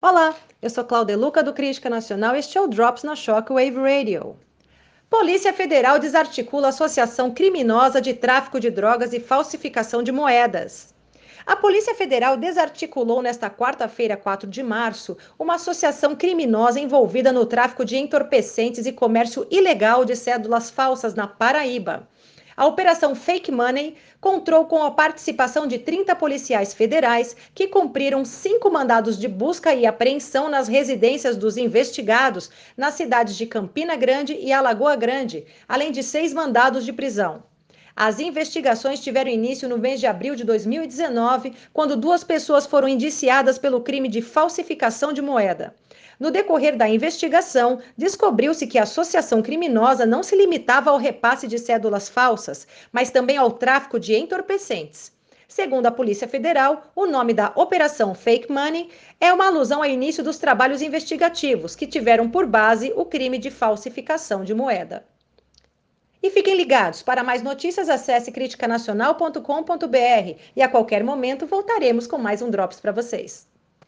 Olá, eu sou Cláudia Luca do Crítica Nacional e este é o Drops na Shockwave Radio. Polícia Federal desarticula a associação criminosa de tráfico de drogas e falsificação de moedas. A Polícia Federal desarticulou nesta quarta-feira, 4 de março, uma associação criminosa envolvida no tráfico de entorpecentes e comércio ilegal de cédulas falsas na Paraíba. A Operação Fake Money contou com a participação de 30 policiais federais que cumpriram 5 mandados de busca e apreensão nas residências dos investigados nas cidades de Campina Grande e Alagoa Grande, além de 6 mandados de prisão. As investigações tiveram início no mês de abril de 2019, quando 2 pessoas foram indiciadas pelo crime de falsificação de moeda. No decorrer da investigação, descobriu-se que a associação criminosa não se limitava ao repasse de cédulas falsas, mas também ao tráfico de entorpecentes. Segundo a Polícia Federal, o nome da Operação Fake Money é uma alusão ao início dos trabalhos investigativos, que tiveram por base o crime de falsificação de moeda. E fiquem ligados, para mais notícias acesse criticanacional.com.br e a qualquer momento voltaremos com mais um Drops para vocês.